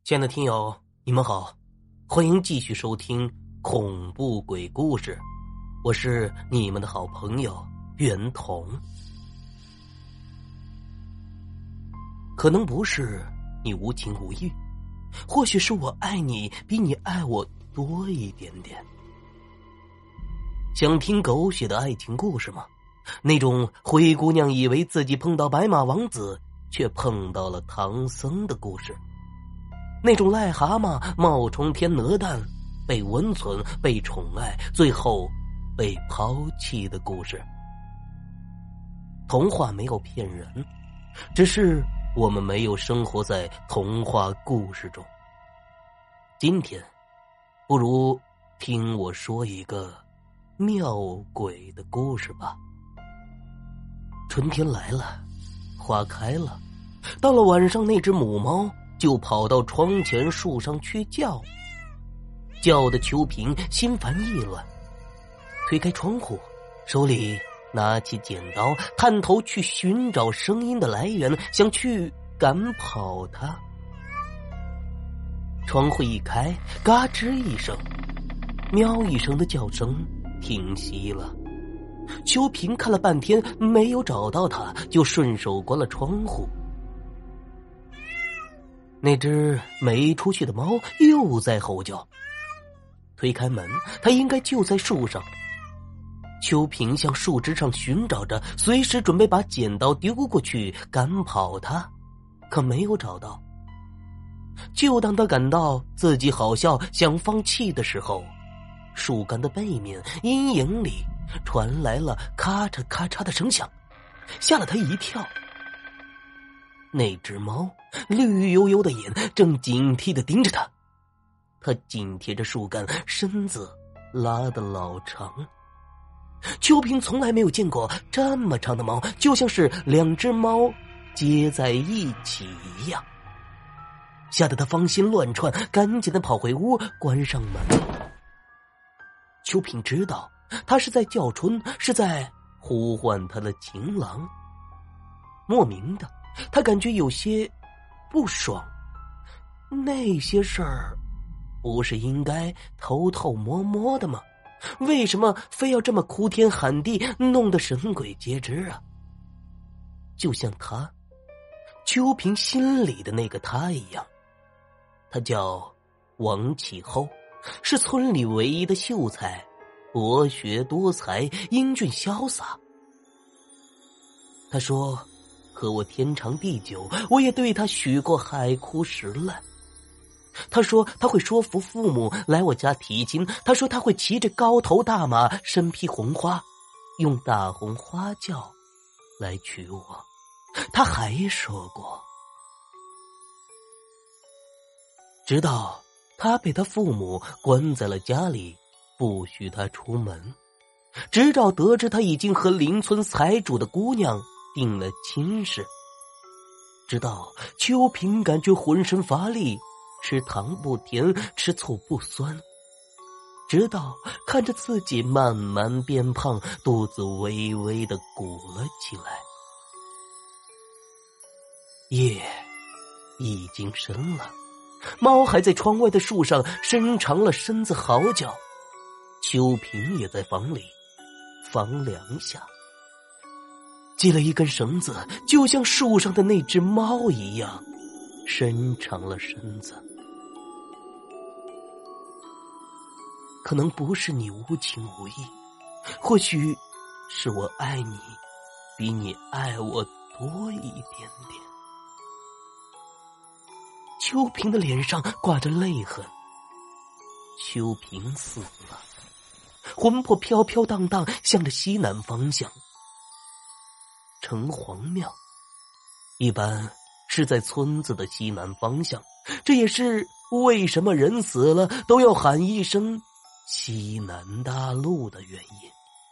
亲爱的听友，你们好，欢迎继续收听恐怖鬼故事，我是你们的好朋友袁童。可能不是你无情无义，或许是我爱你比你爱我多一点点。想听狗血的爱情故事吗？那种灰姑娘以为自己碰到白马王子，却碰到了唐僧的故事。那种癞蛤蟆冒充天鹅蛋，被温存，被宠爱，最后被抛弃的故事。童话没有骗人，只是我们没有生活在童话故事中。今天不如听我说一个庙鬼的故事吧。春天来了，花开了，到了晚上，那只母猫就跑到窗前树上去叫，叫的秋萍心烦意乱，推开窗户，手里拿起剪刀，探头去寻找声音的来源，想去赶跑它。窗户一开，嘎吱一声，喵一声的叫声停息了。秋萍看了半天没有找到它，就顺手关了窗户。那只没出去的猫又在吼叫，推开门，它应该就在树上。秋萍向树枝上寻找着，随时准备把剪刀丢过去赶跑它，可没有找到。就当他感到自己好笑想放弃的时候，树干的背面阴影里传来了咔嚓咔嚓的声响，吓了他一跳。那只猫绿油油的眼正警惕地盯着他，他紧贴着树干，身子拉得老长。秋萍从来没有见过这么长的毛，就像是两只猫接在一起一样，吓得他芳心乱窜，赶紧地跑回屋关上门。秋萍知道他是在叫春，是在呼唤他的情郎。莫名的他感觉有些不爽，那些事儿不是应该偷偷摸摸的吗？为什么非要这么哭天喊地，弄得神鬼皆知啊？就像他，秋萍心里的那个他一样。他叫王启后，是村里唯一的秀才，博学多才，英俊潇洒。他说和我天长地久，我也对他许过海枯石烂。他说他会说服父母来我家提亲，他说他会骑着高头大马，身披红花，用大红花轿来娶我。他还说过，直到他被他父母关在了家里，不许他出门，直到得知他已经和邻村财主的姑娘定了亲事，直到秋萍感觉浑身乏力，吃糖不甜，吃醋不酸，直到看着自己慢慢变胖，肚子微微的鼓了起来。夜已经深了，猫还在窗外的树上伸长了身子嚎叫，秋萍也在房里房梁下系了一根绳子，就像树上的那只猫一样伸长了身子。可能不是你无情无义，或许是我爱你比你爱我多一点点。秋萍的脸上挂着泪痕，秋萍死了，魂魄飘飘荡荡向着西南方向。城隍庙一般是在村子的西南方向，这也是为什么人死了都要喊一声西南大路的原因。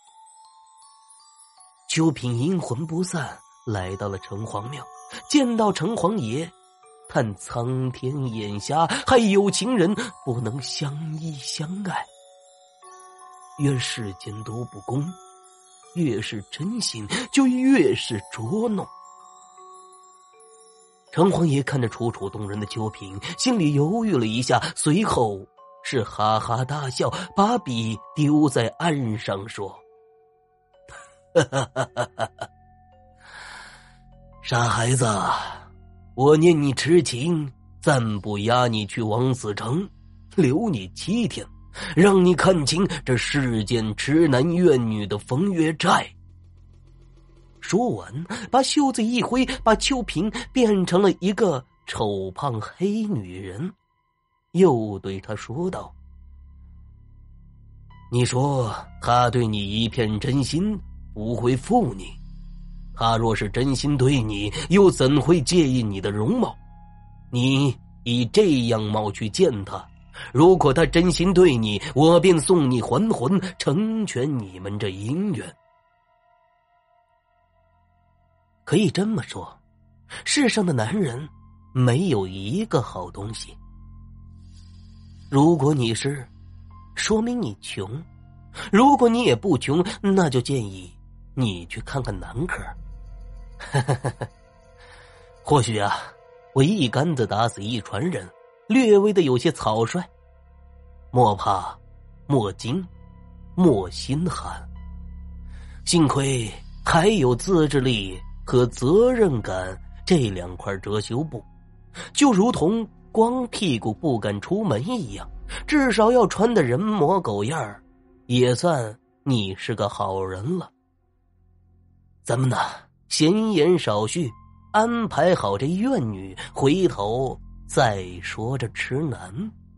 秋萍阴魂不散来到了城隍庙，见到城隍爷，叹苍天眼瞎，害有情人不能相依相爱。愿世间都不公，越是真心就越是捉弄。 城隍爷看着楚楚动人的秋萍，心里犹豫了一下，随后是哈哈大笑，把笔丢在案上说：“傻孩子，我念你痴情，暂不押你去王子城，留你7天，让你看清这世间痴男怨女的风月债。”说完，把袖子一挥，把秋萍变成了一个丑胖黑女人，又对她说道：“你说他对你一片真心，不会负你。他若是真心对你，又怎会介意你的容貌？你以这样貌去见他，如果他真心对你，我便送你还魂，成全你们这姻缘。”可以这么说，世上的男人没有一个好东西。如果你是，说明你穷；如果你也不穷，那就建议你去看看男科。或许啊，我一竿子打死一船人，略微的有些草率。莫怕，莫惊，莫心寒。幸亏还有自制力和责任感这2块遮羞布，就如同光屁股不敢出门一样，至少要穿的人模狗样，也算你是个好人了。咱们呢，闲言少叙，安排好这怨女，回头再说这痴男。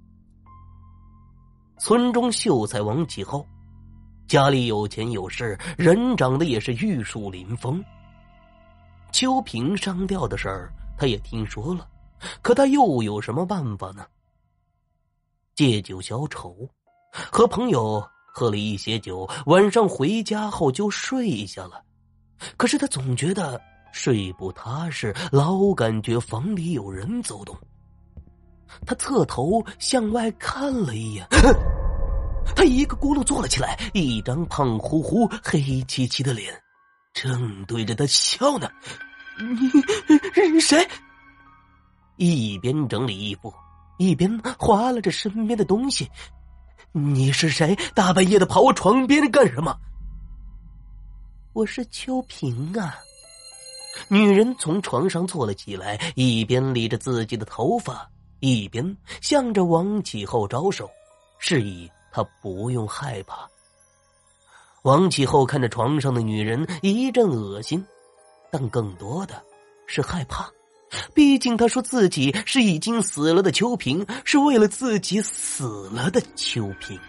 村中秀才王启后，家里有钱有势，人长得也是玉树临风。秋萍上吊的事儿他也听说了，可他又有什么办法呢？借酒消愁，和朋友喝了一些酒，晚上回家后就睡下了。可是他总觉得睡不踏实，老感觉房里有人走动。他侧头向外看了一眼，他一个咕噜坐了起来，一张胖乎乎黑漆漆的脸正对着他笑呢。你谁？一边整理衣服，一边划拉着身边的东西。你是谁？大半夜的跑我床边干什么？我是秋萍啊。女人从床上坐了起来，一边理着自己的头发，一边向着王启后招手，示意他不用害怕。王启后看着床上的女人，一阵恶心，但更多的是害怕。毕竟他说自己是已经死了的秋萍，是为了自己死了的秋萍。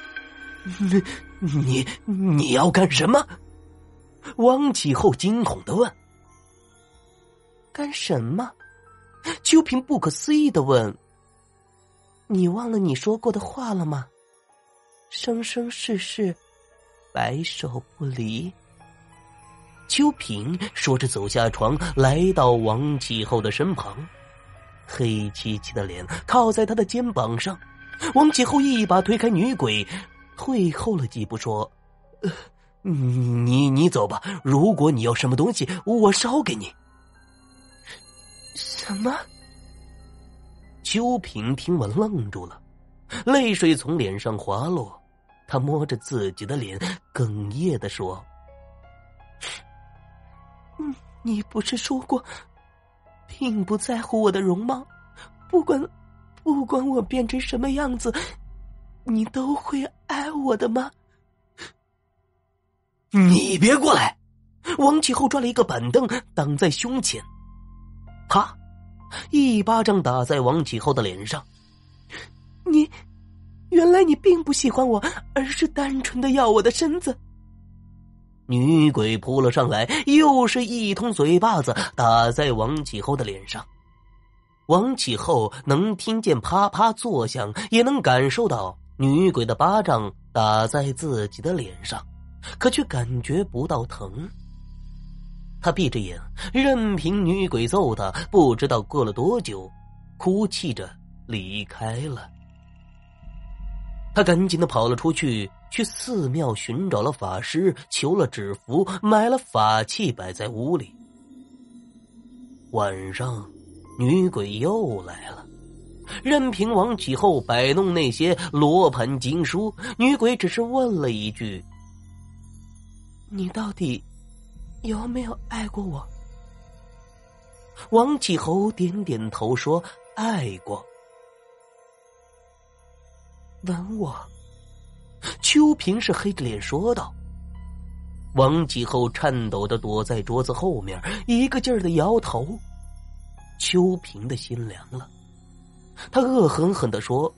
你要干什么？王启后惊恐地问。干什么？秋萍不可思议地问。你忘了你说过的话了吗？生生世世白首不离。秋萍说着走下床，来到王启后的身旁，黑漆漆的脸靠在他的肩膀上。王启后一把推开女鬼，退后了几步说：你走吧，如果你要什么东西，我烧给你。什么？秋萍听完愣住了，泪水从脸上滑落，她摸着自己的脸，哽咽地说：你不是说过并不在乎我的容貌，不管我变成什么样子，你都会爱我的吗？你别过来！王启后抓了一个板凳挡在胸前，啪，一巴掌打在王启后的脸上。原来你并不喜欢我，而是单纯的要我的身子。女鬼扑了上来，又是一通嘴巴子打在王启后的脸上。王启后能听见啪啪作响，也能感受到女鬼的巴掌打在自己的脸上，可却感觉不到疼。他闭着眼，任凭女鬼揍他，不知道过了多久，哭泣着离开了。他赶紧的跑了出去，去寺庙寻找了法师，求了纸符，买了法器摆在屋里。晚上女鬼又来了。任凭王启后摆弄那些罗盘经书，女鬼只是问了一句：你到底有没有爱过我？王启后点点头说：爱过。吻我？秋萍是黑着脸说道。王启后颤抖地躲在桌子后面，一个劲儿地摇头。秋萍的心凉了，他恶狠狠地说：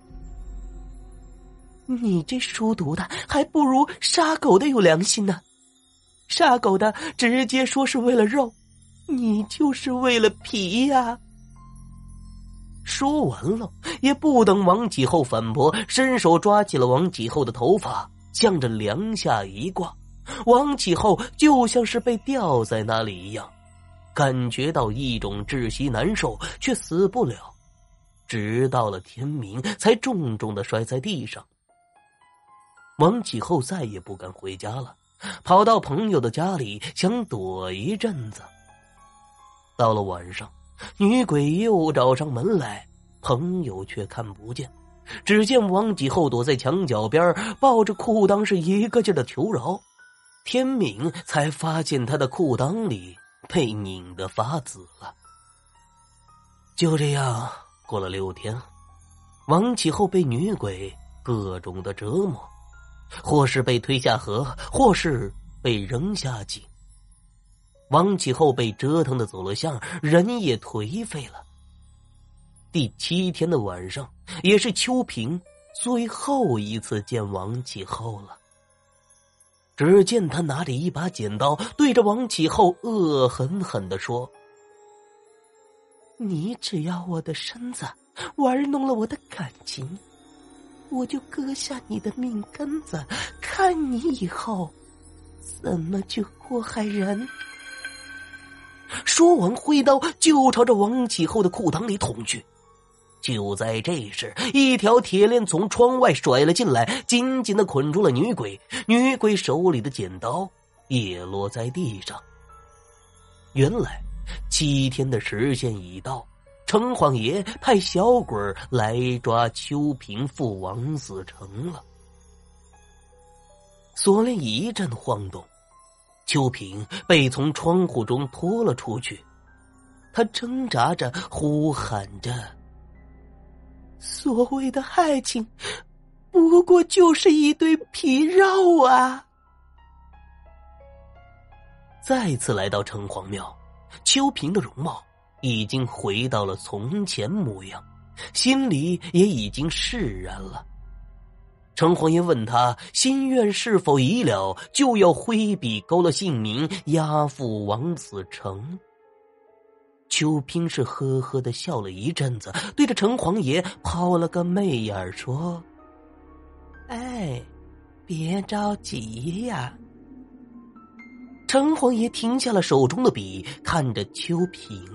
你这书读的还不如杀狗的有良心呢。杀狗的直接说是为了肉，你就是为了皮呀。说完了，也不等王启后反驳，伸手抓起了王启后的头发，向着梁下一挂。王启后就像是被吊在那里一样，感觉到一种窒息难受，却死不了，直到了天明才重重地摔在地上。王启后再也不敢回家了，跑到朋友的家里想躲一阵子。到了晚上，女鬼又找上门来，朋友却看不见，只见王启后躲在墙角边，抱着裤裆是一个劲的求饶。天明才发现他的裤裆里被拧得发紫了。就这样过了6天，王启后被女鬼各种的折磨，或是被推下河，或是被扔下井。王启后被折腾的走了相，人也颓废了。第7天的晚上，也是秋萍最后一次见王启后了。只见他拿着一把剪刀，对着王启后恶狠狠地说：你只要我的身子，玩弄了我的感情，我就割下你的命根子，看你以后怎么去祸害人。说完挥刀就朝着王启后的裤裆里捅去。就在这时，一条铁链从窗外甩了进来，紧紧地捆住了女鬼。女鬼手里的剪刀也落在地上。原来7天的时限已到，城隍爷派小鬼来抓秋萍赴王死城了。锁链一阵晃动，秋萍被从窗户中拖了出去。她挣扎着呼喊着：所谓的爱情不过就是一堆皮肉啊。再次来到城隍庙，秋萍的容貌已经回到了从前模样，心里也已经释然了。城隍爷问他心愿是否已了，就要挥笔勾了姓名，押赴王死城。秋萍是呵呵地笑了一阵子，对着城隍爷抛了个媚眼说：哎，别着急呀。城隍爷停下了手中的笔，看着秋萍：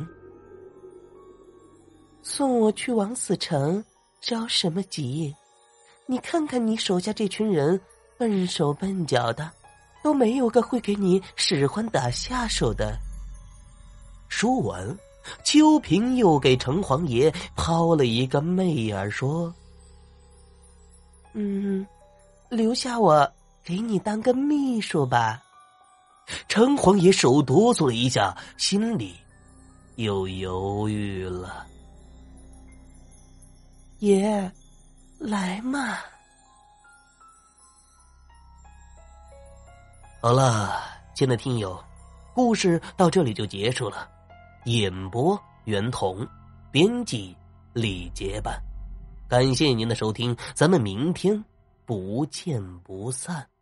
送我去王死城着什么急？你看看你手下这群人，笨手笨脚的，都没有个会给你使唤打下手的。说完，秋萍又给城隍爷抛了一个媚眼说：留下我给你当个秘书吧。城隍爷手哆嗦了一下，心里又犹豫了。爷，来嘛。好了，亲爱的听友，故事到这里就结束了。演播袁彤，编辑李杰办。感谢您的收听，咱们明天不见不散。